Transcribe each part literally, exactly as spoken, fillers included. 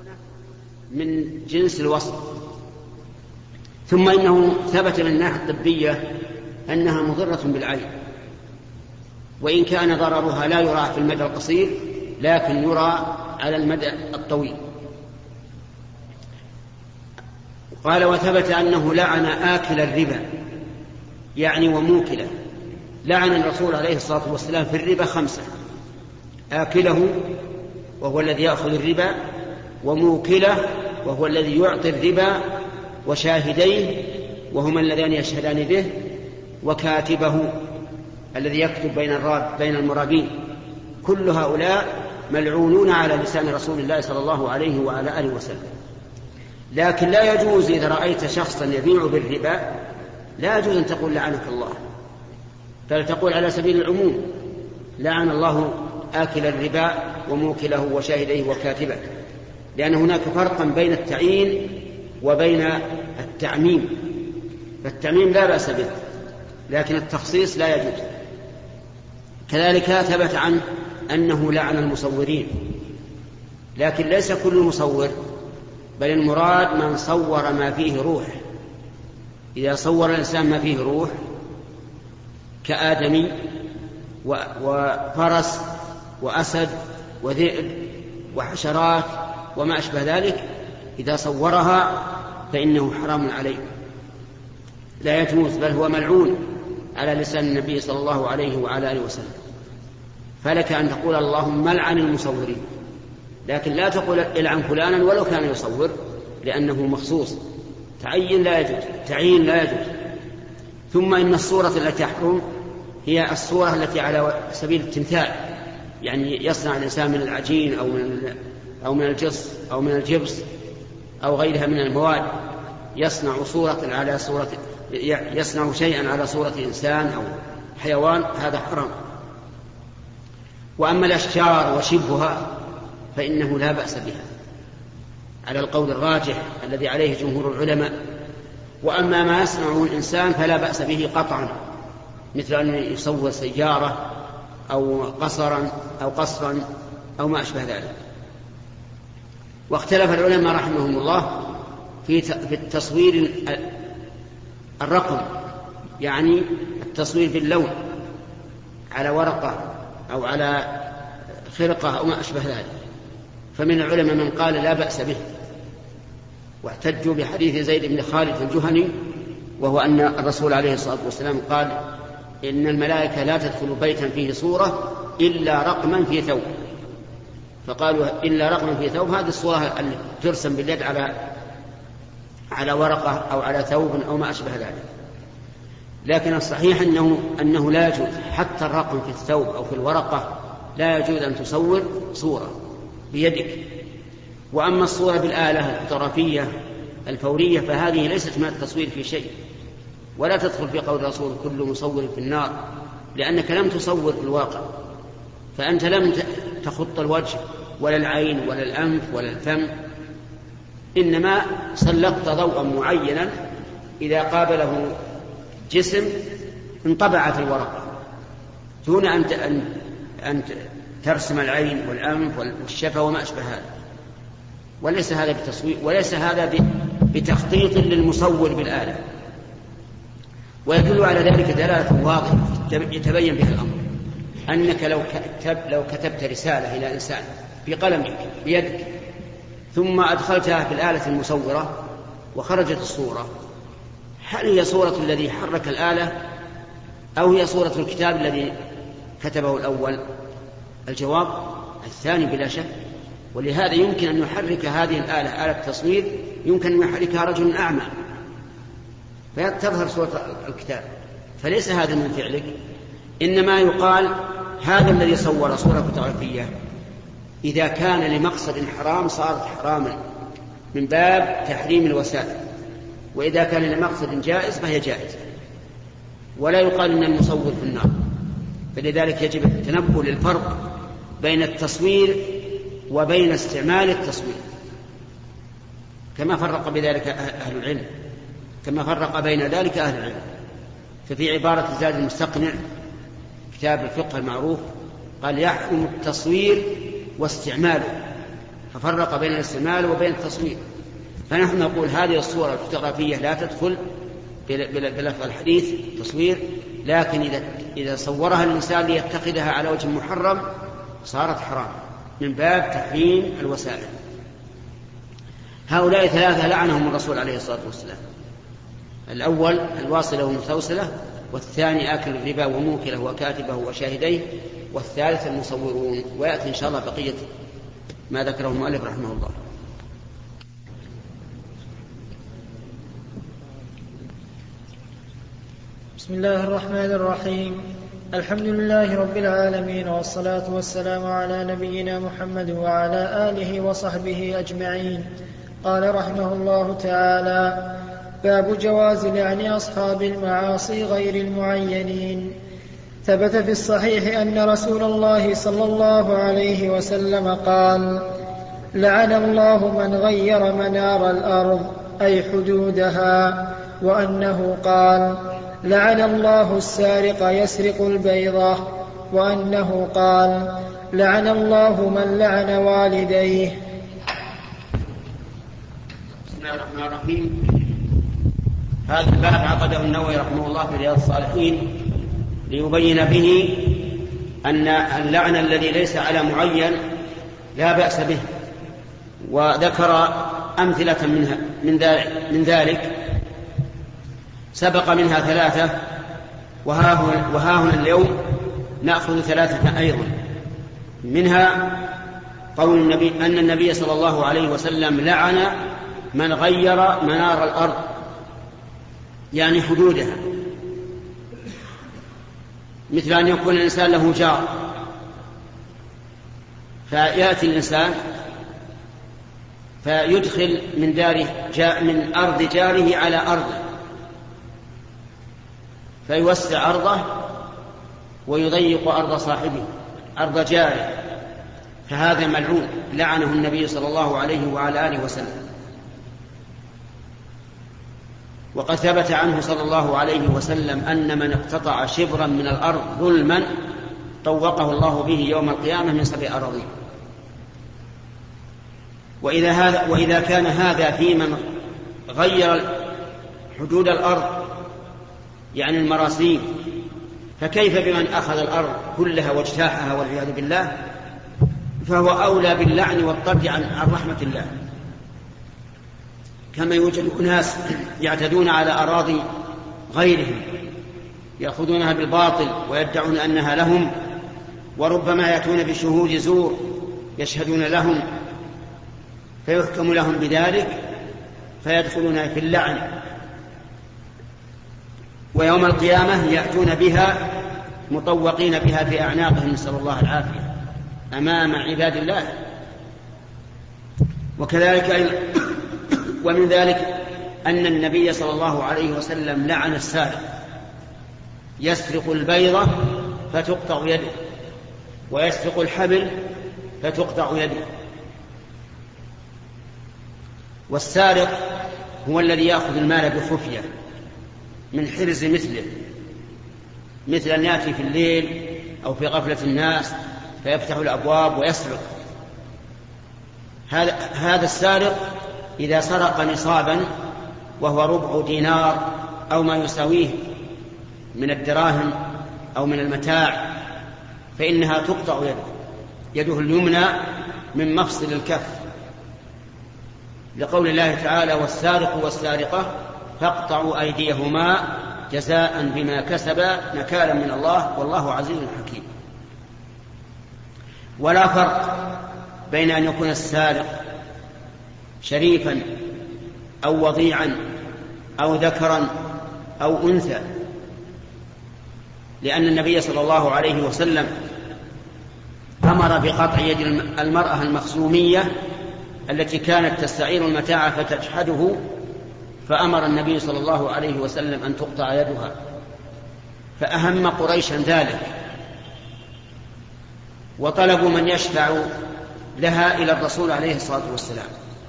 من جنس الوصف. ثم إنه ثبت من الناحية الطبية أنها مضرة بالعين، وإن كان ضررها لا يرى في المدى القصير لكن يرى على المدى الطويل. قال وثبت أنه لعن آكل الربا يعني وموكله. لعن الرسول عليه الصلاة والسلام في الربا خمسة: آكله وهو الذي يأخذ الربا، وموكله وهو الذي يعطي الربا، وشاهديه وهما اللذان يشهدان به، وكاتبه الذي يكتب بين الراب بين المرابين. كل هؤلاء ملعونون على لسان رسول الله صلى الله عليه وعلى آله وسلم. لكن لا يجوز إذا رأيت شخصا يبيع بالربا لا يجوز أن تقول لعنك الله، بل تقول على سبيل العموم لعن الله آكل الربا وموكله وشاهديه وكاتبه، لأن هناك فرقا بين التعيين وبين التعميم. فالتعميم لا بأس به لكن التخصيص لا يجوز. كذلك ثبت عنه أنه لعن المصورين، لكن ليس كل مصور، بل المراد من صور ما فيه روح. إذا صور الإنسان ما فيه روح كآدمي وفرس وأسد وذئب وحشرات وما أشبه ذلك، إذا صورها فإنه حرام عليه لا يجوز، بل هو ملعون على لسان النبي صلى الله عليه وعلى آله وسلم. فلك أن تقول اللهم لعن المصورين، لكن لا تقول العن فلانا ولو كان يصور، لأنه مخصوص. تعيين لا يجوز، تعيين لا يجوز. ثم إن الصورة التي تحرم هي الصورة التي على سبيل التمثال، يعني يصنع الإنسان من العجين أو من أو من الجص أو من الجبس أو غيرها من المواد، يصنع صورة على صورة يصنع شيئا على صورة إنسان أو حيوان، هذا حرام. وأما الأشجار وشبهها فإنه لا بأس بها على القول الراجح الذي عليه جمهور العلماء. وأما ما يصنعه الإنسان فلا بأس به قطعا، مثل أن يصور سيارة أو قصرا أو قصرا أو ما أشبه ذلك. واختلف العلماء رحمهم الله في التصوير الرقم، يعني التصوير باللون على ورقة أو على خرقة أو ما أشبه ذلك. فمن العلماء من قال لا بأس به، واحتجوا بحديث زيد بن خالد الجهني، وهو أن الرسول عليه الصلاة والسلام قال إن الملائكة لا تدخل بيتا فيه صورة إلا رقما في ثوب، فقالوا إلا رقما في ثوب، هذه الصورة التي ترسم باليد على على ورقة أو على ثوب أو ما أشبه ذلك. لكن الصحيح أنه, أنه لا يجوز حتى الرقم في الثوب أو في الورقة لا يجوز أن تصور صورة بيدك. وأما الصورة بالآلة الفوتوغرافية الفورية فهذه ليست من التصوير في شيء، ولا تدخل في قول الرسول كل مصور في النار، لأنك لم تصور في الواقع، فأنت لم تخط الوجه ولا العين ولا الأنف ولا الفم، إنما سلقت ضوءا معينا إذا قابله جسم انطبع في الورقة دون أن أن ترسم العين والأنف والشفة وما أشبه هذا. وليس هذا بتصوير، وليس هذا بتخطيط للمصور بالآلة. ويدل على ذلك دلالة واضحة يتبين بها الأمر، أنك لو كتب لو كتبت رسالة إلى إنسان بقلمك بيدك ثم أدخلتها في الآلة المصورة وخرجت الصورة، هل هي صورة الذي حرك الآلة أو هي صورة الكتاب الذي كتبه الأول؟ الجواب الثاني بلا شك. ولهذا يمكن أن يحرك هذه الآلة، آلة التصوير، يمكن أن يحركها رجل أعمى فتظهر صورة الكتاب، فليس هذا من فعلك. إنما يقال هذا الذي صور صورة فوتوغرافية إذا كان لمقصد حرام صارت حراما من باب تحريم الوسائل، وإذا كان لمقصد جائز فهي جائزة، ولا يقال إن المصور في النار. فلذلك يجب التنبه للفرق بين التصوير وبين استعمال التصوير، كما فرق بذلك أهل العلم، كما فرق بين ذلك أهل العلم. ففي عبارة زاد المستقنع كتاب الفقه المعروف قال يحكم التصوير واستعماله، ففرق بين الاستعمال وبين التصوير. فنحن نقول هذه الصورة الفوتوغرافية لا تدخل بلفظ الحديث تصوير، لكن إذا, إذا صورها الإنسان ليتخذها على وجه محرم صارت حرام من باب تحريم الوسائل. هؤلاء ثلاثة لعنهم الرسول عليه الصلاة والسلام: الأول الواصلة والمستوصلة، والثاني آكل الربا وموكله وكاتبه وشاهديه، والثالث المصورون. ويأتي إن شاء الله بقية ما ذكره المؤلف رحمه الله. بسم الله الرحمن الرحيم. الحمد لله رب العالمين، والصلاة والسلام على نبينا محمد وعلى آله وصحبه أجمعين. قال رحمه الله تعالى: باب جواز لعن أصحاب المعاصي غير المعينين. ثبت في الصحيح أن رسول الله صلى الله عليه وسلم قال: لعن الله من غير منار الأرض أي حدودها. وأنه قال: لعن الله السارق يسرق البيضة. وأنه قال: لعن الله من لعن والديه. بسم الله الرحمن الرحيم. هذا الباب عقده النووي رحمه الله في رياض الصالحين ليبين به أن اللعن الذي ليس على معين لا بأس به، وذكر أمثلة منها من ذلك سبق منها ثلاثة، وها هنا اليوم نأخذ ثلاثة أيضا. منها قول النبي أن النبي صلى الله عليه وسلم لعن من غير منار الأرض، يعني حدودها، مثل أن يكون الإنسان له جار، فيأتي الإنسان فيدخل من داره جاء من أرض جاره على أرضه، فيوسع أرضه ويضيق أرض صاحبه، أرض جاره، فهذا ملعون لعنه النبي صلى الله عليه وعلى آله وسلم. وقد ثبت عنه صلى الله عليه وسلم أن من اقتطع شبرا من الأرض ظلما طوقه الله به يوم القيامة من سبع أراضين. وإذا, هذا وإذا كان هذا في من غير حدود الأرض يعني المراسيم، فكيف بمن أخذ الأرض كلها واجتاحها والعياذ بالله؟ فهو أولى باللعن والطرد عن رحمة الله. كما يوجد أناس يعتدون على أراضي غيرهم يأخذونها بالباطل ويدعون أنها لهم، وربما يأتون بشهود زور يشهدون لهم فيحكم لهم بذلك فيدخلون في اللعن، ويوم القيامة يأتون بها مطوقين بها في أعناقهم، نسأل الله العافية، أمام عباد الله. وكذلك ومن ذلك أن النبي صلى الله عليه وسلم لعن السارق يسرق البيضة فتقطع يده، ويسرق الحبل فتقطع يده. والسارق هو الذي يأخذ المال بخفية من حرز مثله، مثل أن يأتي في الليل أو في غفلة الناس فيفتح الأبواب ويسرق. هذا هذا السارق إذا سرق نصابا وهو ربع دينار أو ما يساويه من الدراهم أو من المتاع فإنها تقطع يده يده اليمنى من مفصل الكف، لقول الله تعالى: والسارق والسارقة فاقطعوا أيديهما جزاء بما كسبا نكالا من الله والله عزيز حكيم. ولا فرق بين أن يكون السارق شريفا أو وضيعا أو ذكرا أو أنثى، لأن النبي صلى الله عليه وسلم أمر بقطع يد المرأة المخزومية التي كانت تستعير المتاع فتجحده، فأمر النبي صلى الله عليه وسلم أن تقطع يدها، فأهم قريشا ذلك، وطلبوا من يشفع لها إلى الرسول عليه الصلاة والسلام،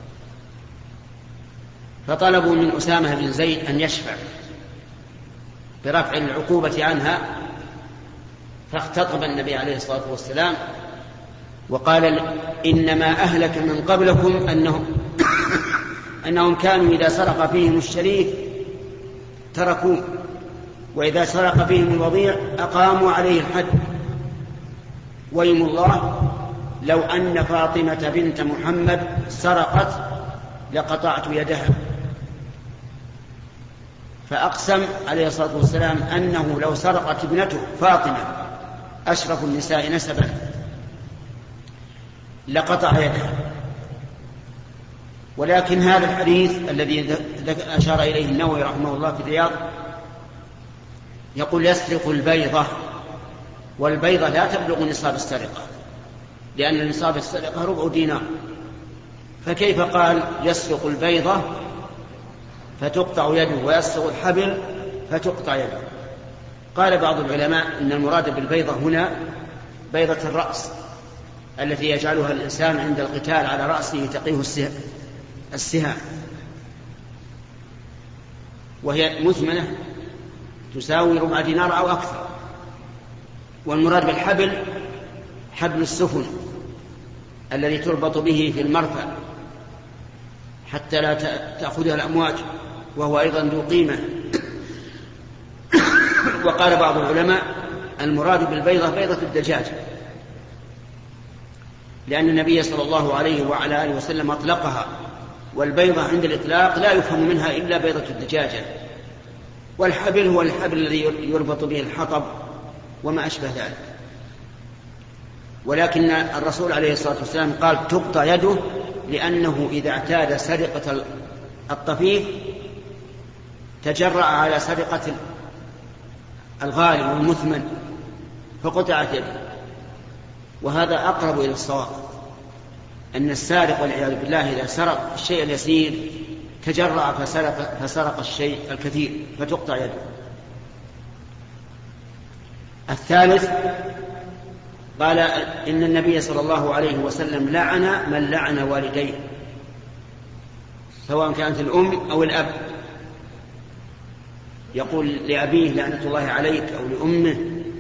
فطلبوا من أسامة بن زيد أن يشفع برفع العقوبة عنها، فاختطب النبي عليه الصلاة والسلام وقال إنما أهلك من قبلكم أنهم, أنهم كانوا إذا سرق فيهم الشريف تركوه، وإذا سرق فيهم الوضيع أقاموا عليه الحد. ويم الله لو أن فاطمة بنت محمد سرقت لقطعت يدها. فأقسم عليه الصلاة والسلام أنه لو سرقت ابنته فاطمة أشرف النساء نسبا لقطع يدها. ولكن هذا الحديث الذي أشار إليه النووي رحمه الله في الرياض يقول يسرق البيضة، والبيضة لا تبلغ نصاب السرقة، لأن نصاب السرقة ربع دينار، فكيف قال يسرق البيضة فتقطع يده ويسرق الحبل فتقطع يده؟ قال بعض العلماء إن المراد بالبيضة هنا بيضة الرأس التي يجعلها الإنسان عند القتال على رأسه تقيه السهام، وهي مثمنة تساوي ربع دينار أو أكثر. والمراد بالحبل حبل السفن الذي تربط به في المرفأ حتى لا تأخذها الأمواج، وهو أيضا ذو قيمة. وقال بعض العلماء المراد بالبيضة بيضة الدجاج، لأن النبي صلى الله عليه وعلى آله وسلم أطلقها، والبيضة عند الإطلاق لا يفهم منها إلا بيضة الدجاجة. والحبل هو الحبل الذي يربط به الحطب وما أشبه ذلك. ولكن الرسول عليه الصلاة والسلام قال تقطع يده، لأنه إذا اعتاد سرقة الطفيف تجرأ على سرقة الغالي والمثمن فقطعت يده. وهذا أقرب إلى الصواب، أن السارق والعياذ بالله إذا سرق الشيء اليسير تجرأ فسرق, فسرق الشيء الكثير فتقطع يده. الثالث قال إن النبي صلى الله عليه وسلم لعن من لعن والديه، سواء كانت الأم أو الأب، يقول لأبيه لعنة الله عليك أو لأمه.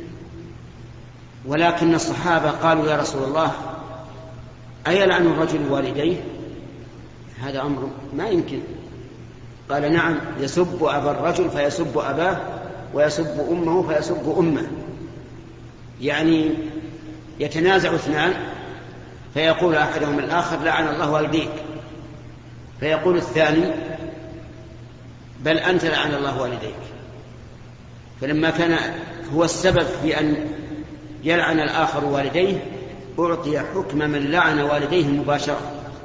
ولكن الصحابة قالوا يا رسول الله أيلعن الرجل والديه؟ هذا أمر ما يمكن. قال نعم، يسب أبا الرجل فيسب أباه، ويسب أمه فيسب أمه. يعني يتنازع اثنان فيقول أحدهم الآخر لعن الله والديك، فيقول الثاني بل أنت لعن الله والديك. فلما كان هو السبب في أن يلعن الآخر والديه أعطي حكم من لعن والديه مباشرة.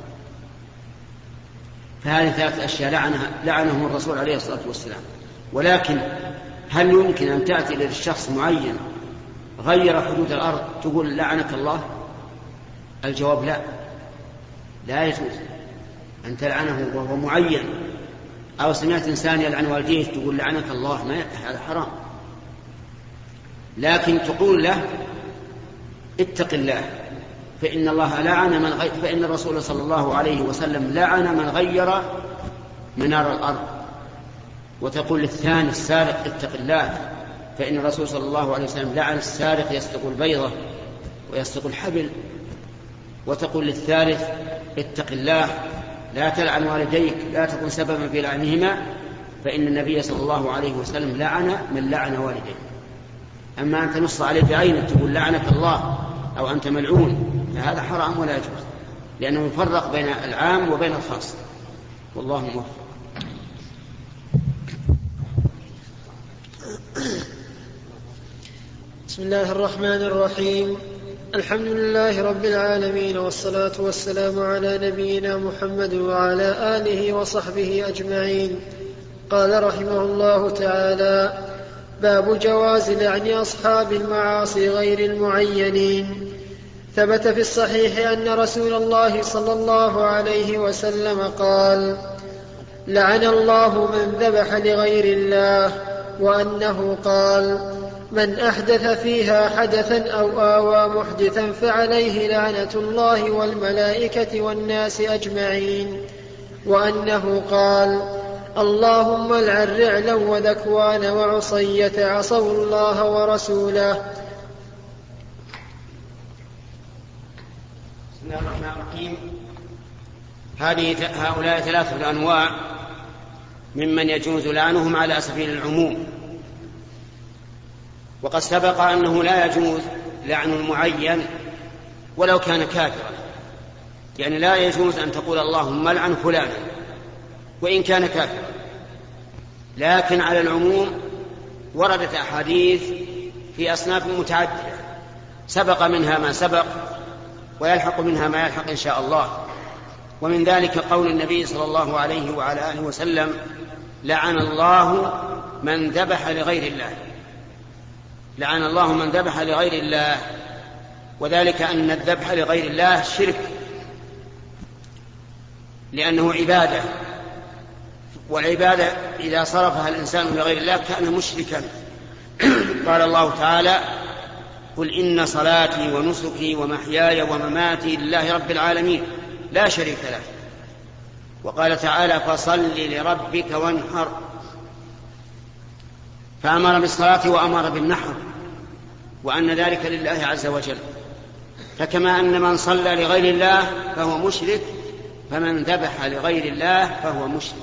فهذه ثلاث أشياء لعنها لعنهم الرسول عليه الصلاة والسلام. ولكن هل يمكن أن تأتي للشخص معين غير حدود الأرض تقول لعنك الله؟ الجواب لا، لا يجوز أن تلعنه وهو معين. أو سمعت إنسان يلعن والديه تقول لعنك الله، ما هذا حرام. لكن تقول له اتق الله فإن الله لعن من غير، فإن الرسول صلى الله عليه وسلم لعن من غير منار الأرض. وتقول للثاني السارق اتق الله فإن الرسول صلى الله عليه وسلم لعن السارق يسرق البيضة ويسرق الحبل. وتقول للثالث اتق الله لا تلعن والديك، لا تكن سببا في لعنهما، فإن النبي صلى الله عليه وسلم لعن من لعن والديه. أما أن تنص عليه بعينك تقول لعنك الله أو أنت ملعون فهذا حرام ولا يجوز، لأنه يفرق بين العام وبين الخاص. والله موفق. بسم الله الرحمن الرحيم. الحمد لله رب العالمين، والصلاة والسلام على نبينا محمد وعلى آله وصحبه أجمعين. قال رحمه الله تعالى: باب جواز لعن أصحاب المعاصي غير المعينين. ثبت في الصحيح أن رسول الله صلى الله عليه وسلم قال: لعن الله من ذبح لغير الله، وأنه قال: من أحدث فيها حدثا أو آوى محدثا فعليه لعنة الله والملائكة والناس أجمعين. وأنه قال: اللهم العن رعلا وذكوان وعصية عصوا الله ورسوله. بسم الله الرحمن الرحيم. هذه هؤلاء ثلاثة أنواع ممن يجوز لعنهم على سبيل العموم. وقد سبق أنه لا يجوز لعن المعين ولو كان كافرا، يعني لا يجوز أن تقول اللهم لعن فلانا وإن كان كافرا، لكن على العموم وردت أحاديث في أصناف متعددة سبق منها ما سبق ويلحق منها ما يلحق إن شاء الله. ومن ذلك قول النبي صلى الله عليه وعلى آله وسلم: لعن الله من ذبح لغير الله. لعن الله من ذبح لغير الله، وذلك أن الذبح لغير الله شرك، لأنه عبادة، والعبادة إذا صرفها الإنسان لغير الله كان مشركا. قال الله تعالى: قل إن صلاتي ونسكي ومحياي ومماتي لله رب العالمين لا شريك له. وقال تعالى: فصل لربك وانحر. فأمر بالصلاة وأمر بالنحر، وأن ذلك لله عز وجل. فكما أن من صلى لغير الله فهو مشرك، فمن ذبح لغير الله فهو مشرك.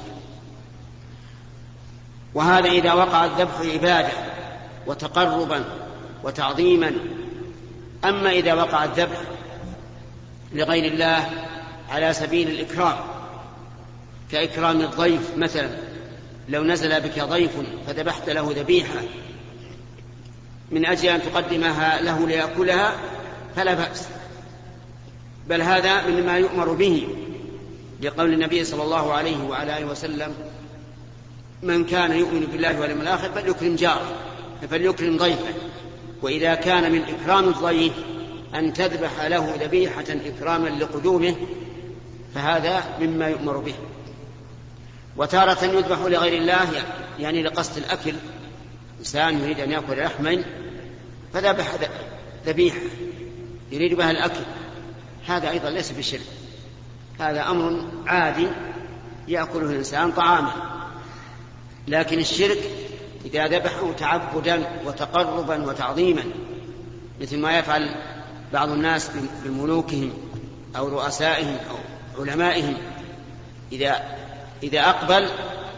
وهذا إذا وقع الذبح عبادة وتقربا وتعظيما. أما إذا وقع الذبح لغير الله على سبيل الإكرام، كإكرام الضيف مثلا، لو نزل بك ضيف فذبحت له ذبيحة من أجل أن تقدمها له ليأكلها فلا بأس، بل هذا مما يؤمر به، لقول النبي صلى الله عليه وعلى آله وسلم: من كان يؤمن بالله واليوم الآخر فليكرم جاره فليكرم ضيفه. وإذا كان من إكرام الضيف أن تذبح له ذبيحة إكراما لقدومه فهذا مما يؤمر به. وتارة يذبح لغير الله، يعني لقصد الأكل، إنسان يريد أن يأكل لحما فذبح ذبيحة يريد بها الأكل، هذا أيضا ليس بشرك، هذا أمر عادي يأكله الإنسان طعاما. لكن الشرك إذا ذبحوا تعبدا وتقربا وتعظيما، مثل ما يفعل بعض الناس بملوكهم أو رؤسائهم أو علمائهم، إذا إذا أقبل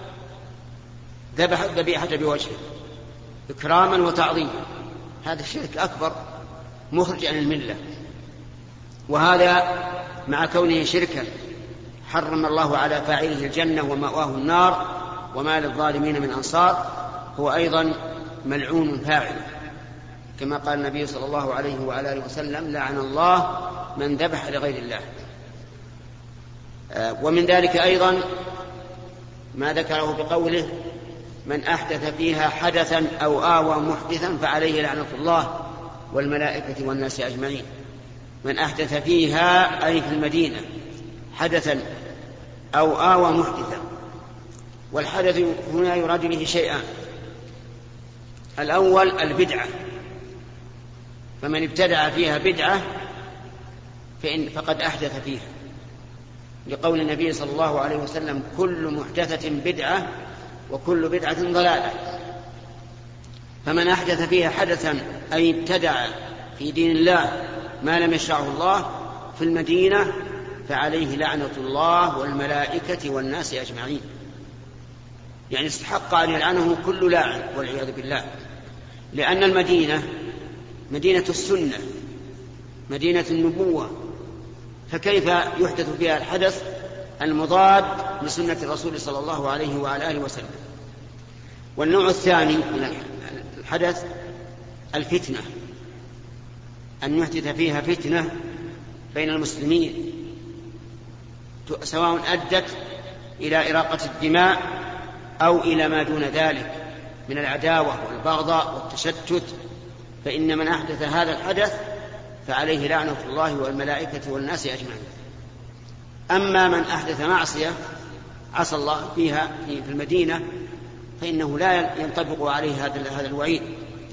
ذبح الذبيحة بوجهه إكراما وتعظيما، هذا الشرك أكبر مخرج عن الملة. وهذا مع كونه شركا حرم الله على فاعله الجنة ومأواه النار وما للظالمين من أنصار، هو أيضا ملعون فاعله، كما قال النبي صلى الله عليه وعلى آله وسلم: لعن الله من ذبح لغير الله. ومن ذلك أيضا ما ذكره بقوله: من أحدث فيها حدثا أو آوى محدثا فعليه لعنة الله والملائكة والناس أجمعين. من أحدث فيها أي في المدينة حدثا أو آوى محدثا. والحدث هنا يراد به شيئان: الأول البدعة، فمن ابتدع فيها بدعة فإن فقد أحدث فيها، لقول النبي صلى الله عليه وسلم: كل محدثة بدعة وكل بدعة ضلالة. فمن أحدث فيها حدثا أي ابتدع في دين الله ما لم يشرعه الله في المدينة فعليه لعنة الله والملائكة والناس أجمعين، يعني استحق أن يلعنه كل لاعن والعياذ بالله، لأن المدينة مدينة السنة، مدينة النبوة، فكيف يحدث فيها الحدث المضاد لسنة الرسول صلى الله عليه وعلى آله وسلم. والنوع الثاني من الحدث الفتنة، أن يحدث فيها فتنة بين المسلمين سواء أدت إلى إراقة الدماء أو إلى ما دون ذلك من العداوة والبغضاء والتشتت، فإن من أحدث هذا الحدث فعليه لعنة الله والملائكة والناس أجمعين. أما من أحدث معصية عصى الله فيها في المدينة فإنه لا ينطبق عليه هذا هذا الوعيد،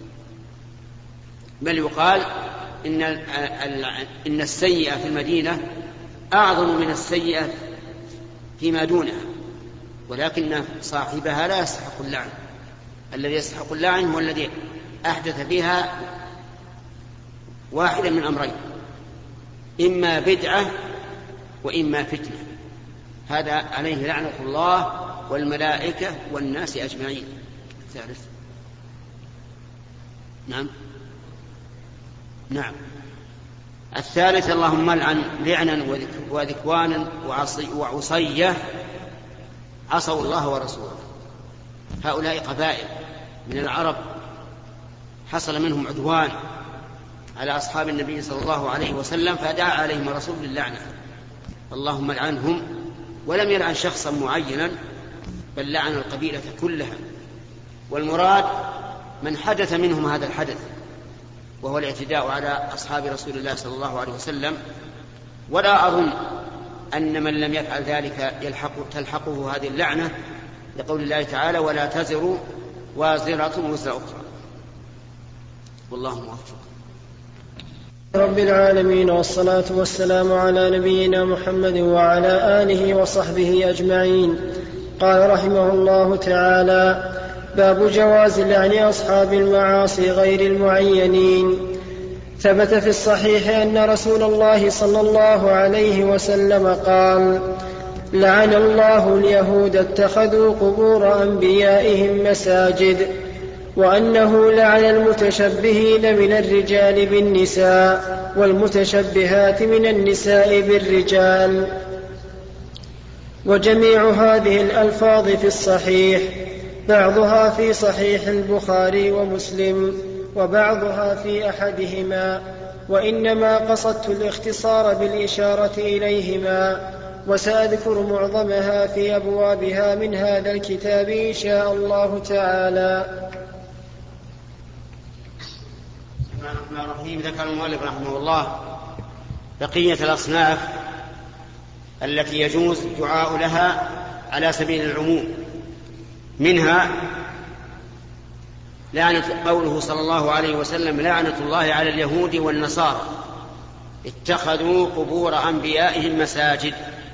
بل يقال إن إن السيئة في المدينة أعظم من السيئة فيما دونها، ولكن صاحبها لا يستحق اللعن. الذي يستحق اللعن هو الذي أحدث فيها واحدا من أمرين: إما بدعة وإما فتنة. هذا عليه لعنة الله والملائكة والناس أجمعين. ثالث نعم نعم الثالث اللهم لعن لعنا وذكوانا وعصية عصوا الله ورسوله. هؤلاء قبائل من العرب حصل منهم عدوان على أصحاب النبي صلى الله عليه وسلم فدعا عليهم الرسول باللعنة. اللهم لعنهم، ولم يلعن شخصا معينا بل لعن القبيلة كلها، والمراد من حدث منهم هذا الحدث وهو الاعتداء على أصحاب رسول الله صلى الله عليه وسلم. ولا أظن أن من لم يفعل ذلك يلحق تلحقه هذه اللعنة، لقول الله تعالى ولا تزر وازرة وزر أخرى. والله موفق. رب العالمين، والصلاة والسلام على نبينا محمد وعلى آله وصحبه أجمعين. قال رحمه الله تعالى: باب جواز لعن أصحاب المعاصي غير المعينين. ثبت في الصحيح أن رسول الله صلى الله عليه وسلم قال: لعن الله اليهود اتخذوا قبور أنبيائهم مساجد، وأنه لعن المتشبهين من الرجال بالنساء والمتشبهات من النساء بالرجال. وجميع هذه الألفاظ في الصحيح، بعضها في صحيح البخاري ومسلم وبعضها في أحدهما، وإنما قصدت الاختصار بالإشارة إليهما، وسأذكر معظمها في أبوابها من هذا الكتاب إن شاء الله تعالى. بسم الله الرحمن الرحيم. ذكر المؤلف رحمه الله بقية الأصناف التي يجوز الدعاء لها على سبيل العموم. منها لعنة قوله صلى الله عليه وسلم: لعنة الله على اليهود والنصارى اتخذوا قبور أنبيائهم مساجد.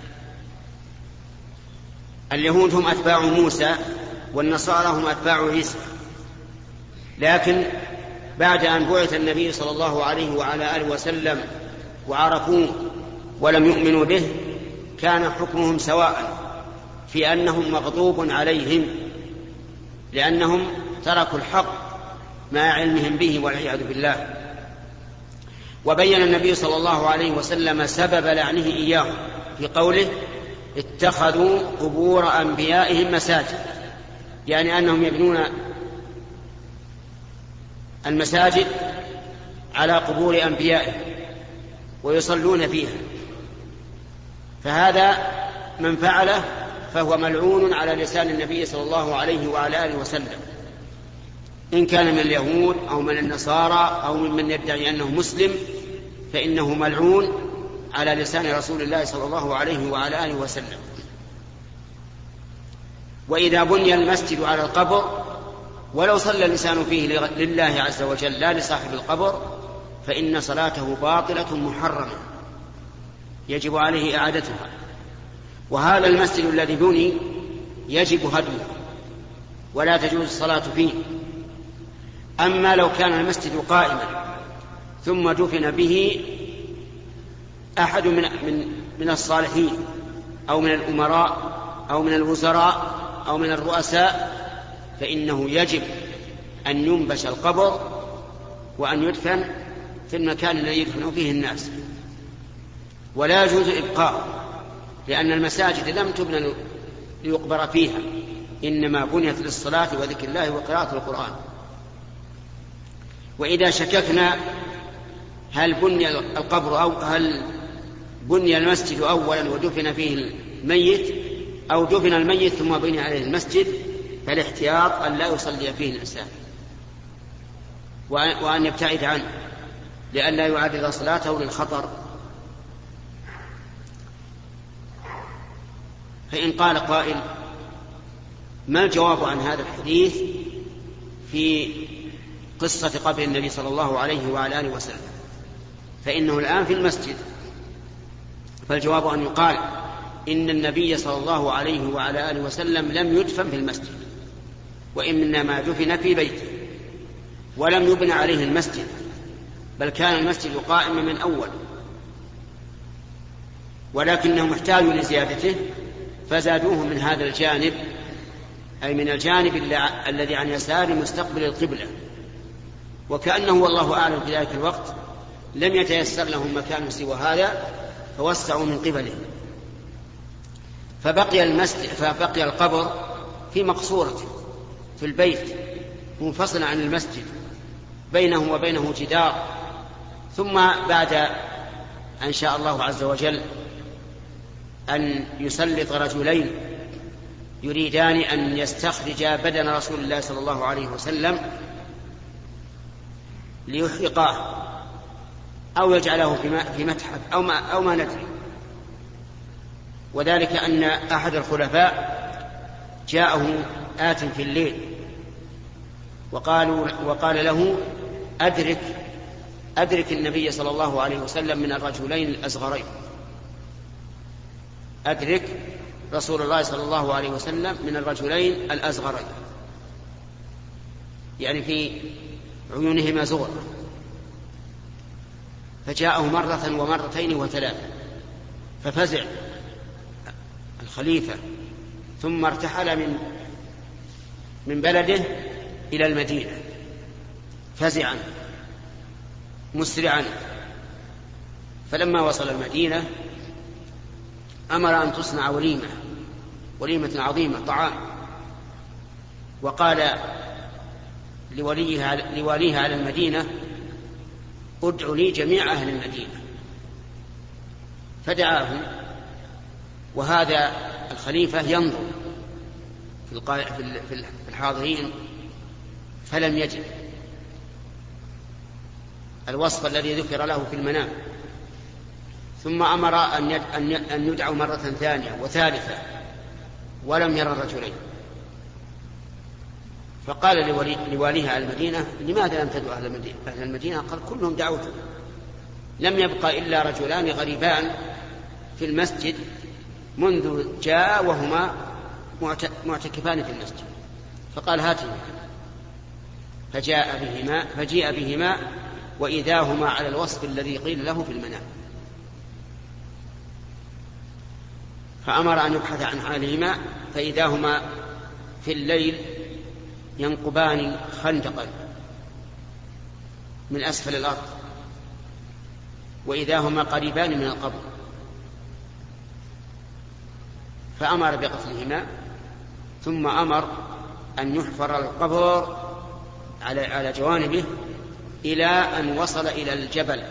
اليهود هم أتباع موسى والنصارى هم أتباع عيسى، لكن بعد أن بعث النبي صلى الله عليه وعلى آله وسلم وعرفوه ولم يؤمنوا به كان حكمهم سواء في أنهم مغضوب عليهم لأنهم تركوا الحق مع علمهم به والعياذ بالله. وبين النبي صلى الله عليه وسلم سبب لعنه إياهم في قوله: اتخذوا قبور أنبيائهم مساجد، يعني أنهم يبنون المساجد على قبور أنبيائهم ويصلون فيها، فهذا من فعله فهو ملعون على لسان النبي صلى الله عليه وعلى آله وسلم، إن كان من اليهود أو من النصارى أو ممن يدعي أنه مسلم فإنه ملعون على لسان رسول الله صلى الله عليه وعلى آله وسلم. وإذا بني المسجد على القبر ولو صلى الإنسان فيه لله عز وجل لا لصاحب القبر فإن صلاته باطلة محرمة يجب عليه إعادتها. وهذا المسجد الذي بني يجب هدمه ولا تجوز الصلاة فيه. أما لو كان المسجد قائما ثم دفن به أحد من, من, من الصالحين أو من الأمراء أو من الوزراء أو من الرؤساء فإنه يجب أن ينبش القبر وأن يدفن في المكان الذي يدفن فيه الناس، ولا يجوز إبقاء، لأن المساجد لم تبنى ليقبر فيها، إنما بنيت للصلاة وذكر الله وقراءة القرآن. وإذا شككنا هل بني القبر أو هل بني المسجد أولا ودفن فيه الميت أو دفن الميت ثم بني عليه المسجد، فالاحتياط أن لا يصلي فيه الإنسان وأن يبتعد عنه لئلا يعرض صلاته للخطر. فإن قال قائل: ما الجواب عن هذا الحديث في قصة قبر النبي صلى الله عليه وعلى آله وسلم؟ فإنه الآن في المسجد، فالجواب أن يقال إن النبي صلى الله عليه وعلى آله وسلم لم يدفن في المسجد، وإنما دفن في بيته ولم يبنى عليه المسجد، بل كان المسجد قائما من أول، ولكنهم احتاجوا لزيادته فزادوه من هذا الجانب، أي من الجانب الذي عن يسار مستقبل القبلة، وكأنه والله أعلم في ذلك الوقت لم يتيسر لهم مكان سوى هذا فوسعوا من قبله، فبقي المسجد فبقي القبر في مقصورته في البيت منفصلا عن المسجد، بينه وبينه جدار. ثم بعد أن شاء الله عز وجل أن يسلط رجلين يريدان أن يستخرجا بدن رسول الله صلى الله عليه وسلم ليحرقاه أو يجعله في متحف أو ما, أو ما ندري، وذلك أن أحد الخلفاء جاءه آت في الليل وقالوا وقال له أدرك أدرك النبي صلى الله عليه وسلم من الرجلين الأصغرين، أدرك رسول الله صلى الله عليه وسلم من الرجلين الأصغرين، يعني في عيونهما زغر. فجاءه مرة ومرتين وثلاثة ففزع الخليفة، ثم ارتحل من من بلده إلى المدينة فزعا مسرعا. فلما وصل المدينة أمر أن تصنع وليمة وليمة عظيمة طعام، وقال لوليها, لوليها على المدينة ادع لي جميع أهل المدينة، فدعاهم. وهذا الخليفة ينظر في الحاضرين فلم يجد الوصف الذي ذكر له في المنام، ثم أمر أن يدعوا مرة ثانية وثالثة ولم يرى الرجلين، فقال لواليها على المدينة لماذا لم تدعوا أهل المدينة؟ قال كلهم دعوتهم، لم يبقى إلا رجلان غريبان في المسجد منذ جاء وهما معتكفان في المسجد، فقال هاتهما، فجاء بهما فجيء بهما وإذا هما على الوصف الذي قيل له في المنام، فأمر أن يبحث عن حالهما، فإذا هما في الليل ينقبان خندقا من أسفل الأرض، وإذا هما قريبان من القبر، فأمر بقتلهما، ثم أمر أن يحفر القبر على على جوانبه إلى أن وصل إلى الجبل،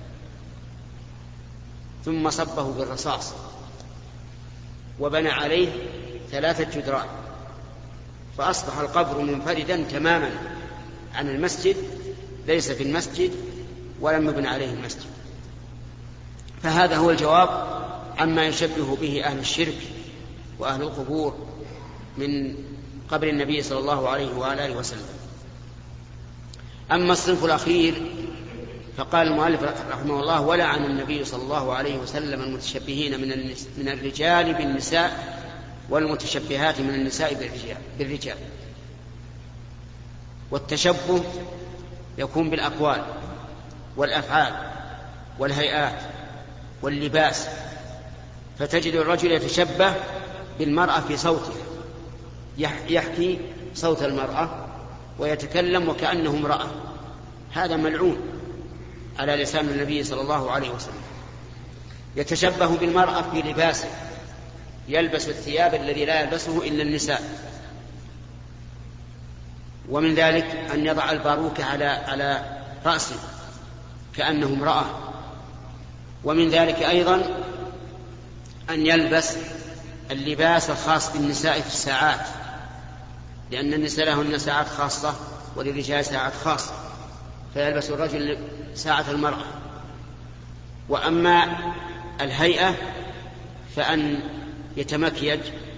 ثم صبه بالرصاص وبنى عليه ثلاثة جدران، فأصبح القبر منفردا تماما عن المسجد، ليس في المسجد ولم يبنى عليه المسجد. فهذا هو الجواب عما يشبه به أهل الشرك وأهل القبور من قبر النبي صلى الله عليه وآله وسلم. أما الصنف الأخير فقال المؤلف رحمه الله ولعن النبي صلى الله عليه وسلم المتشبهين من من الرجال بالنساء والمتشبهات من النساء بالرجال. والتشبه يكون بالأقوال والأفعال والهيئات واللباس، فتجد الرجل يتشبه بالمرأة في صوته، يحكي صوت المرأة ويتكلم وكأنه امرأة، هذا ملعون على لسان النبي صلى الله عليه وسلم. يتشبه بالمرأة في لباسه، يلبس الثياب الذي لا يلبسه إلا النساء. ومن ذلك أن يضع الباروكة على على رأسه كأنه امرأة. ومن ذلك أيضا أن يلبس اللباس الخاص بالنساء في الساعات، لأن النساء لهن ساعات خاصة وللرجال ساعات خاصة، فيلبس الرجل ساعة المرأة. وأما الهيئة فأن يتمكيج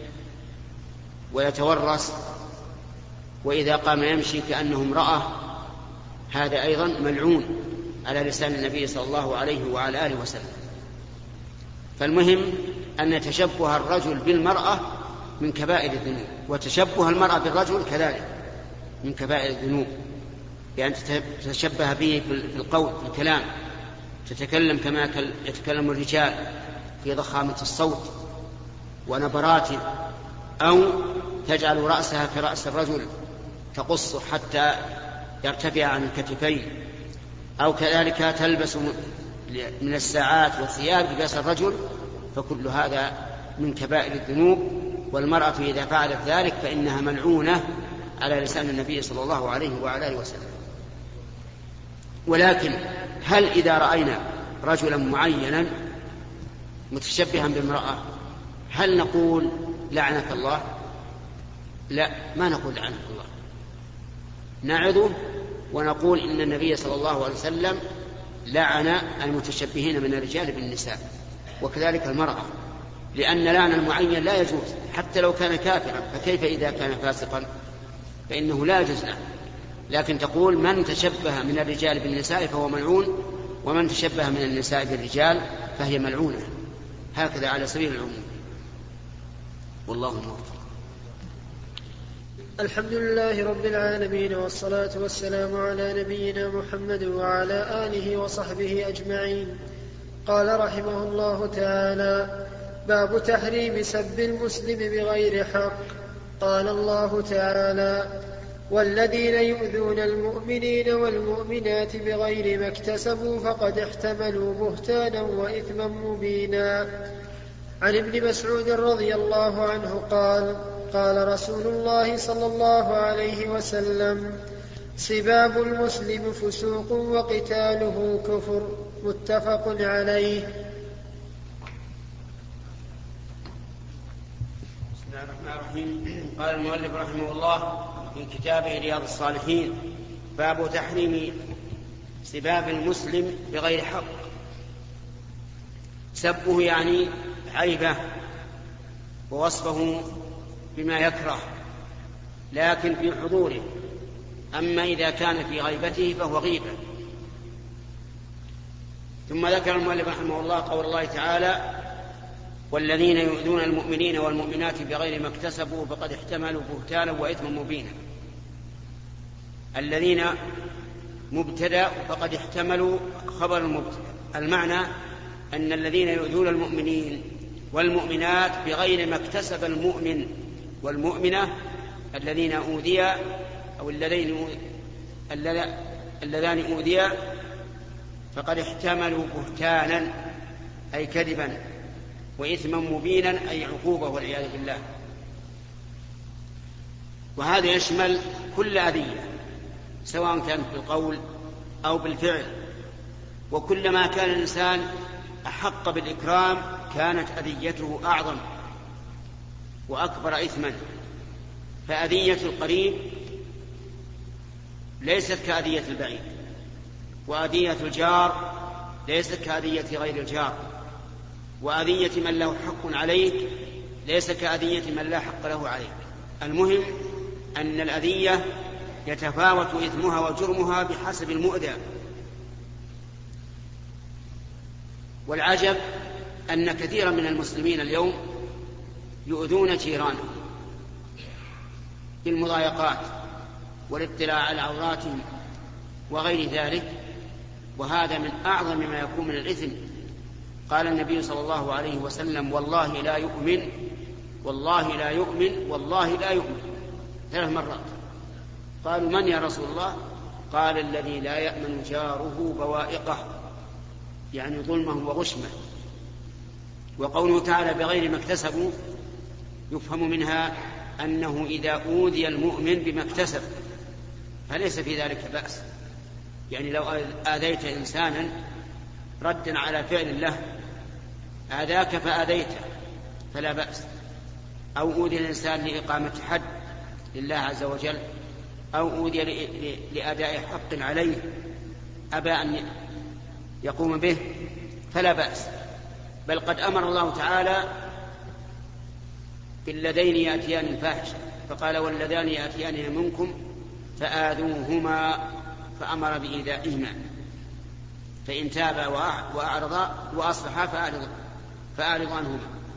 ويتورس، وإذا قام يمشي كأنه امرأة، هذا أيضا ملعون على لسان النبي صلى الله عليه وعلى آله وسلم. فالمهم أن تشبه الرجل بالمرأة من كبائر الذنوب، وتشبه المرأة بالرجل كذلك من كبائر الذنوب، بأن تتشبه به في القول في الكلام، تتكلم كما يتكلم الرجال، في ضخامة الصوت ونبراته، أو تجعل رأسها كرأس الرجل تقص حتى يرتفع عن الكتفين، أو كذلك تلبس من الساعات والثياب لباس الرجل، فكل هذا من كبائر الذنوب. والمرأة إذا فعلت ذلك فإنها ملعونة على لسان النبي صلى الله عليه وعلى آله وسلم. ولكن هل إذا رأينا رجلا معينا متشبها بامرأة هل نقول لعنك الله؟ لا، ما نقول لعنك الله، نعظه ونقول إن النبي صلى الله عليه وسلم لعن المتشبهين من الرجال بالنساء، وكذلك المرأة، لأن لعن المعين لا يجوز حتى لو كان كافرا، فكيف إذا كان فاسقا؟ فإنه لا يجوز له. لكن تقول من تشبه من الرجال بالنساء فهو ملعون، ومن تشبه من النساء بالرجال فهي ملعونة، هكذا على سبيل العموم. والله موفق. الحمد لله رب العالمين، والصلاة والسلام على نبينا محمد وعلى آله وصحبه أجمعين. قال رحمه الله تعالى: باب تحريم سب المسلم بغير حق. قال الله تعالى: والذين يؤذون المؤمنين والمؤمنات بغير ما اكتسبوا فقد احتملوا بهتانا وإثما مبينا. عن ابن مسعود رضي الله عنه قال: قال رسول الله صلى الله عليه وسلم: سباب المسلم فسوق وقتاله كفر. متفق عليه. بسم الله الرحمن الرحيم. قال المؤلف رحمه الله في كتابه رياض الصالحين: باب تحريم سباب المسلم بغير حق. سبه يعني عيبه ووصفه بما يكره لكن في حضوره، أما إذا كان في غيبته فهو غيبة. ثم ذكر المؤلف رحمه الله قول الله تعالى: والذين يؤذون المؤمنين والمؤمنات بغير ما اكتسبوا فقد احتملوا بهتانا وإثما مبينا. الذين مبتدأ فقد احتملوا خبر المبتدأ، المعنى أن الذين يؤذون المؤمنين والمؤمنات بغير ما اكتسب المؤمن والمؤمنة الذين أوذيا أو الذين اللذان أوذيا فقد احتملوا بهتانا أي كذبا، وإثما مبينا أي عقوبة والعياذ بالله. وهذا يشمل كل أذية سواء كانت بالقول أو بالفعل، وكلما كان الإنسان أحق بالإكرام كانت أذيته أعظم وأكبر إثما. فأذية القريب ليست كأذية البعيد، وأذية الجار ليست كأذية غير الجار، وأذية من له حق عليك ليس كأذية من لا حق له عليك. المهم أن الأذية يتفاوت إثمها وجرمها بحسب المؤذى. والعجب أن كثيرا من المسلمين اليوم يؤذون جيرانهم بالمضايقات والاطلاع على عوراتهم وغير ذلك، وهذا من أعظم ما يكون من الإثم. قال النبي صلى الله عليه وسلم: والله لا يؤمن، والله لا يؤمن، والله لا يؤمن، ثلاث مرات. قالوا: من يا رسول الله؟ قال: الذي لا يأمن جاره بوائقه، يعني ظلمه وغشمه. وقوله تعالى: بغير ما اكتسبوا، يفهم منها أنه إذا أوذي المؤمن بما اكتسب فليس في ذلك بأس. يعني لو آذيت إنسانا ردا على فعل له، آذاك فآذيته فلا بأس، أو أوذي الإنسان لإقامة حد لله عز وجل، أو أوذي لأداء حق عليه أبى أن يقوم به فلا بأس. بل قد أمر الله تعالى بالذين يأتيان الفاحشة، فقال: واللذان يأتيان منكم فآذوهما، فأمر بإيذائهما، فإن تابا وأعرضا وأصلحا فأعرض عنهما.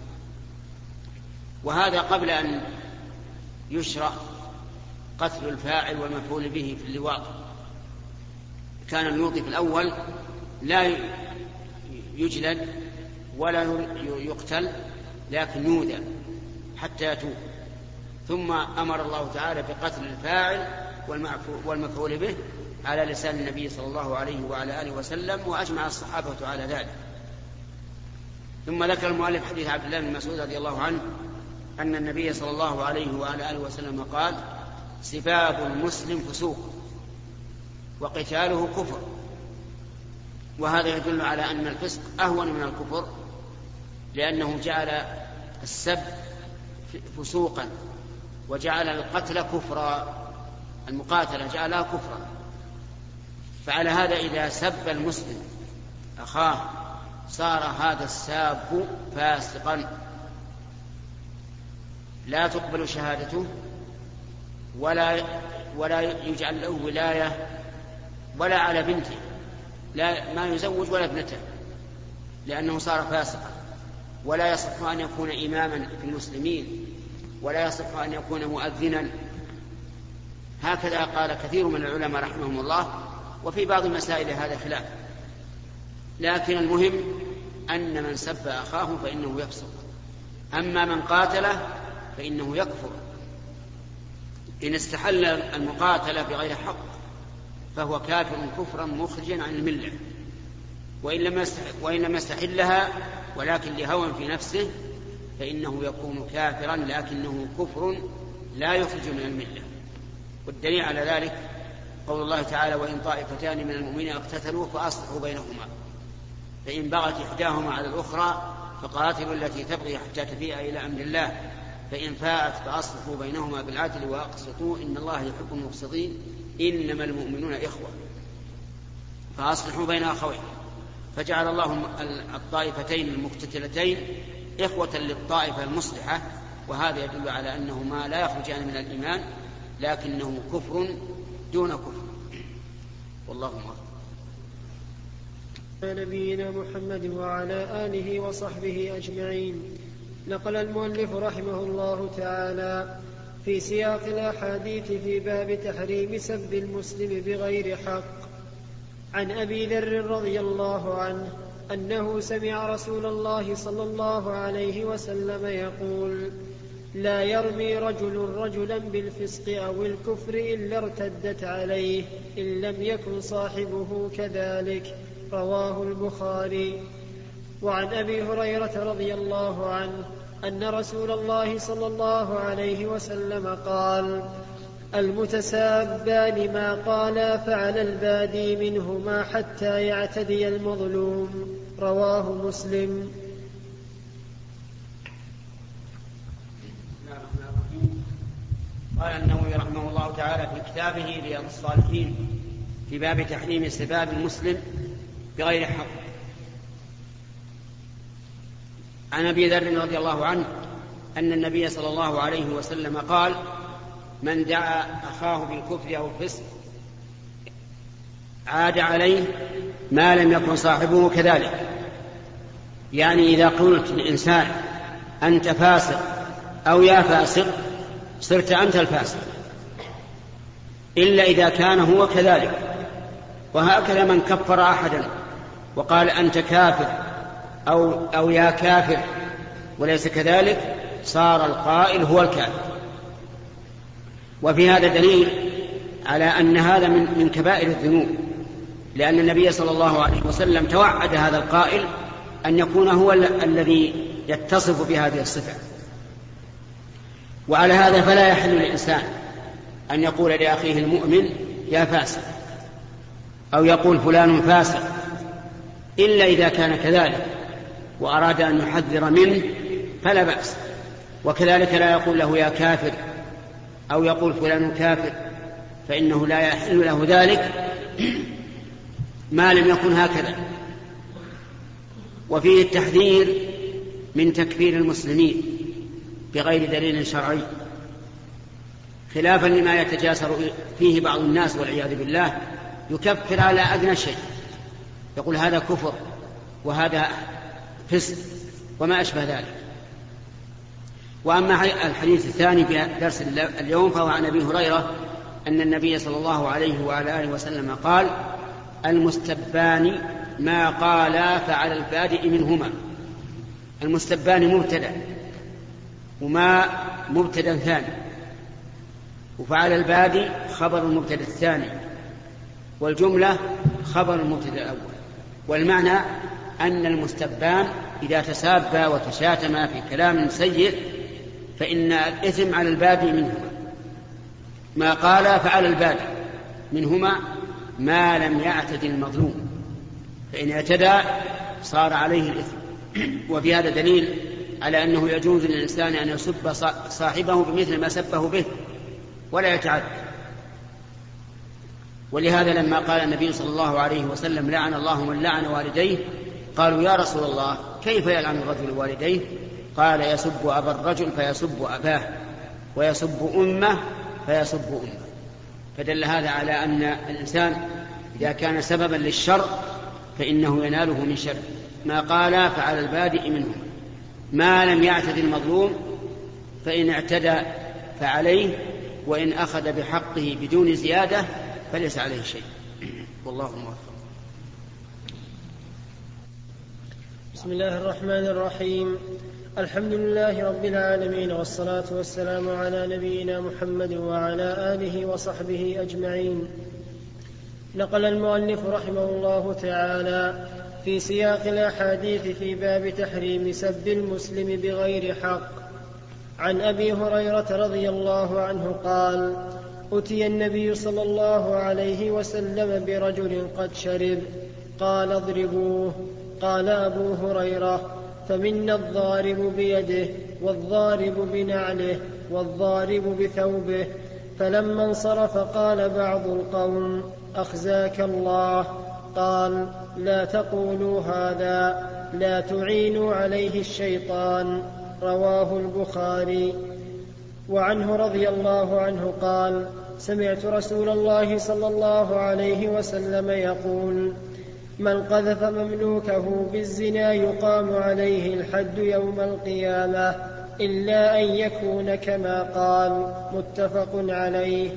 وهذا قبل أن يشرع قتل الفاعل والمفعول به في اللواط. كان اللوط في الأول لا يجلد ولا يقتل لكن يؤذى حتى يتوب. ثم أمر الله تعالى بقتل الفاعل والمفعول به على لسان النبي صلى الله عليه وعلى آله وسلم، وأجمع الصحابة على ذلك. ثم ذكر المؤلف حديث عبد الله بن مسعود رضي الله عنه أن النبي صلى الله عليه وعلى آله وسلم قال: سباب المسلم فسوق وقتاله كفر. وهذا يدل على أن الفسق أهون من الكفر، لأنه جعل السب فسوقا وجعل القتل كفرا، المقاتلة جعلها كفرا. فعلى هذا إذا سب المسلم أخاه صار هذا الساب فاسقا، لا تقبل شهادته ولا ولا يجعل له ولاية ولا على بنته، لا ما يزوج ولا ابنته، لأنه صار فاسقا. ولا يصح أن يكون إماما في المسلمين، ولا يصح أن يكون مؤذنا. هكذا قال كثير من العلماء رحمهم الله، وفي بعض المسائل هذا خلاف. لكن المهم أن من سب أخاه فإنه يفسق، أما من قاتله فإنه يكفر. إن استحل المقاتلة بغير حق فهو كافر كفرا مخرجا عن الملة، وإن لم يستحلها ولكن لهوى في نفسه فإنه يكون كافرا، لكنه كفر لا يخرج من الملة. والدليل على ذلك قول الله تعالى: وإن طائفتان من المؤمنين اقتتلوا فأصلحوا بينهما، فإن بغت إحداهما على الأخرى فقاتلوا التي تبغي حتى تفيء إلى أمر الله، فإن فاءت فأصلحوا بينهما بالعدل وأقسطوا إن الله يحب المقسطين إنما المؤمنون إخوة، فأصلحوا بين أخوين. فجعل الله الطائفتين المقتتلتين إخوة للطائفة المصلحة، وهذا يدل على أنهما لا يخرجان من الإيمان، لكنه كفر دون كفر. والله أعلم. نبينا محمد وعلى آله وصحبه أجمعين. نقل المؤلف رحمه الله تعالى في سياق الأحاديث في باب تحريم سب المسلم بغير حق عن أبي ذر رضي الله عنه أنه سمع رسول الله صلى الله عليه وسلم يقول: لا يرمي رجل رجلا بالفسق أو الكفر إلا ارتدت عليه إن لم يكن صاحبه كذلك. رواه البخاري. وعن أبي هريرة رضي الله عنه أن رسول الله صلى الله عليه وسلم قال: المتسابان ما قالا فعلى البادي منهما حتى يعتدي المظلوم. رواه مسلم. قال النووي رحمه الله تعالى في كتابه رياض الصالحين في باب تحريم سباب المسلم بغير حق عن أبي ذر رضي الله عنه أن النبي صلى الله عليه وسلم قال: من دعا أخاه بالكفر أو الفسق عاد عليه ما لم يكن صاحبه كذلك. يعني إذا قلت للإنسان أنت فاسق أو يا فاسق صرت أنت الفاسق، إلا إذا كان هو كذلك. وهكذا من كفر أحدا وقال أنت كافر أو, أو يا كافر وليس كذلك صار القائل هو الكافر. وفي هذا دليل على أن هذا من, من كبائر الذنوب، لأن النبي صلى الله عليه وسلم توعد هذا القائل أن يكون هو الذي يتصف بهذه الصفة. وعلى هذا فلا يحل للإنسان أن يقول لأخيه المؤمن يا فاسق أو يقول فلان فاسق، إلا إذا كان كذلك وأراد أن يحذر منه فلا بأس. وكذلك لا يقول له يا كافر أو يقول فلان كافر، فإنه لا يحل له ذلك ما لم يكن هكذا. وفيه التحذير من تكفير المسلمين بغير دليل شرعي، خلافا لما يتجاسر فيه بعض الناس والعياذ بالله، يكفر على أدنى شيء، يقول هذا كفر وهذا فسق وما أشبه ذلك. وأما الحديث الثاني في درس اليوم فهو عن أبي هريرة أن النبي صلى الله عليه وعلى آله وسلم قال: المستبان ما قالا فعلى البادئ منهما. المستبان مبتدأ وما مبتدأ ثاني، وفعل البادي خبر المبتدأ الثاني، والجملة خبر المبتدأ الأول. والمعنى أن المستبان إذا تسابا وتشاتما في كلام سيء فإن الإثم على البادي منهما، ما قال فعل البادي منهما ما لم يعتدي المظلوم، فإن اعتدى صار عليه الإثم. وفي هذا دليل على أنه يجوز للإنسان أن يسب صاحبه بمثل ما سبه به ولا يتعدى. ولهذا لما قال النبي صلى الله عليه وسلم لعن الله من لعن والديه، قالوا يا رسول الله كيف يلعن الرجل والديه؟ قال يسب أبا الرجل فيسب أباه، ويسب أمه فيسب أمه. فدل هذا على أن الإنسان إذا كان سببا للشر فإنه يناله من شر، ما قال فعلى البادئ منه ما لم يعتد المظلوم، فإن اعتدى فعليه، وإن أخذ بحقه بدون زيادة فليس عليه شيء. والله موفق. بسم الله الرحمن الرحيم. الحمد لله رب العالمين، والصلاة والسلام على نبينا محمد وعلى آله وصحبه أجمعين. نقل المؤلف رحمه الله تعالى في سياق الأحاديث في باب تحريم سب المسلم بغير حق عن أبي هريرة رضي الله عنه قال: أتي النبي صلى الله عليه وسلم برجل قد شرب، قال: اضربوه. قال أبو هريرة: فمنا الضارب بيده، والضارب بنعله، والضارب بثوبه. فلما انصرف قال بعض القوم: أخزاك الله. قال: لا تقولوا هذا، لا تعينوا عليه الشيطان. رواه البخاري. وعنه رضي الله عنه قال: سمعت رسول الله صلى الله عليه وسلم يقول: من قذف مملوكه بالزنا يقام عليه الحد يوم القيامة إلا أن يكون كما قال. متفق عليه.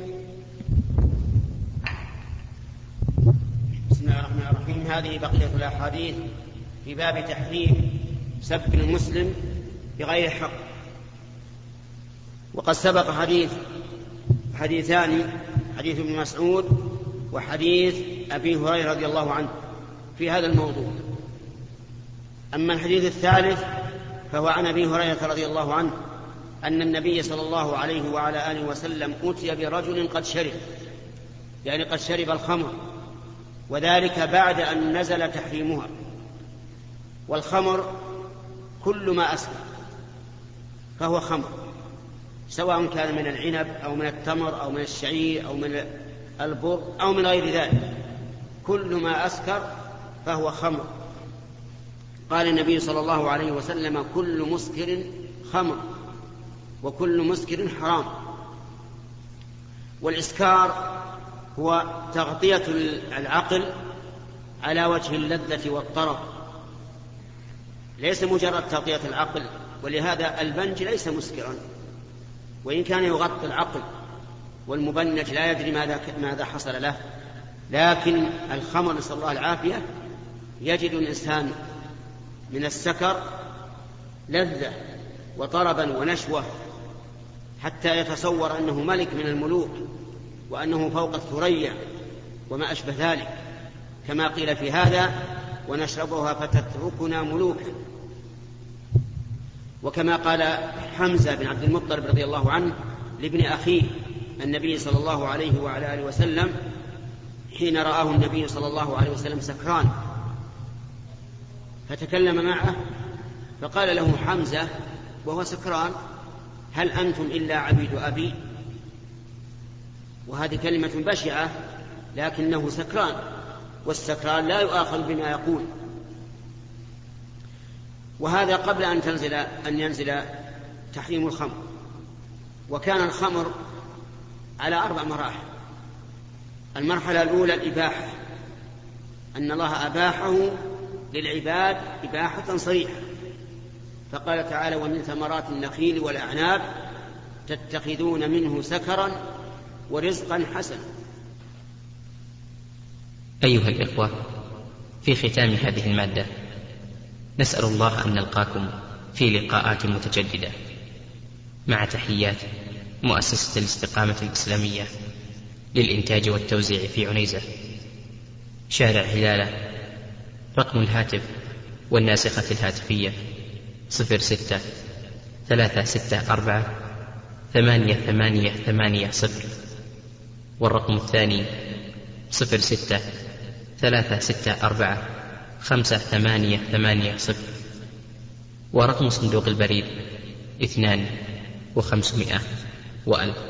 بسم الله الرحمن الرحيم. هذه بقية الأحاديث في باب تحريم سب المسلم بغير حق. وقد سبق حديث حديثان، حديث ابن مسعود وحديث أبي هريرة رضي الله عنه في هذا الموضوع. أما الحديث الثالث فهو عن أبي هريرة رضي الله عنه أن النبي صلى الله عليه وعلى آله وسلم أتي برجل قد شرب، يعني قد شرب الخمر، وذلك بعد أن نزل تحريمها. والخمر كل ما أسكر فهو خمر، سواء كان من العنب أو من التمر أو من الشعير أو من البر أو من غير ذلك، كل ما أسكر فهو خمر. قال النبي صلى الله عليه وسلم: كل مسكر خمر، وكل مسكر حرام. والإسكار هو تغطية العقل على وجه اللذة والطرب، ليس مجرد تغطية العقل. ولهذا البنج ليس مسكرا، وإن كان يغطي العقل، والمبنج لا يدري ماذا ماذا حصل له. لكن الخمر نسأل الله العافية يجد الإنسان من السكر لذة وطربا ونشوة، حتى يتصور أنه ملك من الملوك وأنه فوق الثريا وما أشبه ذلك، كما قيل في هذا: ونشربها فتتركنا ملوكا. وكما قال حمزة بن عبد المطلب رضي الله عنه لابن أخيه النبي صلى الله عليه وعلى آله وسلم حين رآه النبي صلى الله عليه وسلم سكران، فتكلم معه فقال له حمزة وهو سكران: هل أنتم إلا عبيد أبي؟ وهذه كلمة بشعة، لكنه سكران، والسكران لا يؤاخذ بما يقول. وهذا قبل أن تنزل أن ينزل تحريم الخمر. وكان الخمر على أربع مراحل. المرحلة الأولى الإباحة، أن الله أباحه للعباد إباحة صريحة، فقال تعالى: ومن ثمرات النخيل والأعناب تتخذون منه سكرا ورزقا حسنا. أيها الإخوة، في ختام هذه المادة نسأل الله أن نلقاكم في لقاءات متجددة. مع تحيات مؤسسة الاستقامة الإسلامية للإنتاج والتوزيع في عنيزة، شارع هلالة. رقم الهاتف والناسخة الهاتفية صفر ستة ثلاثة ستة أربعة ثمانية ثمانية ثمانية صفر، والرقم الثاني صفر ستة ثلاثة ستة أربعة خمسة ثمانية ثمانية صفر، ورقم صندوق البريد اثنان وخمسمائة وألف.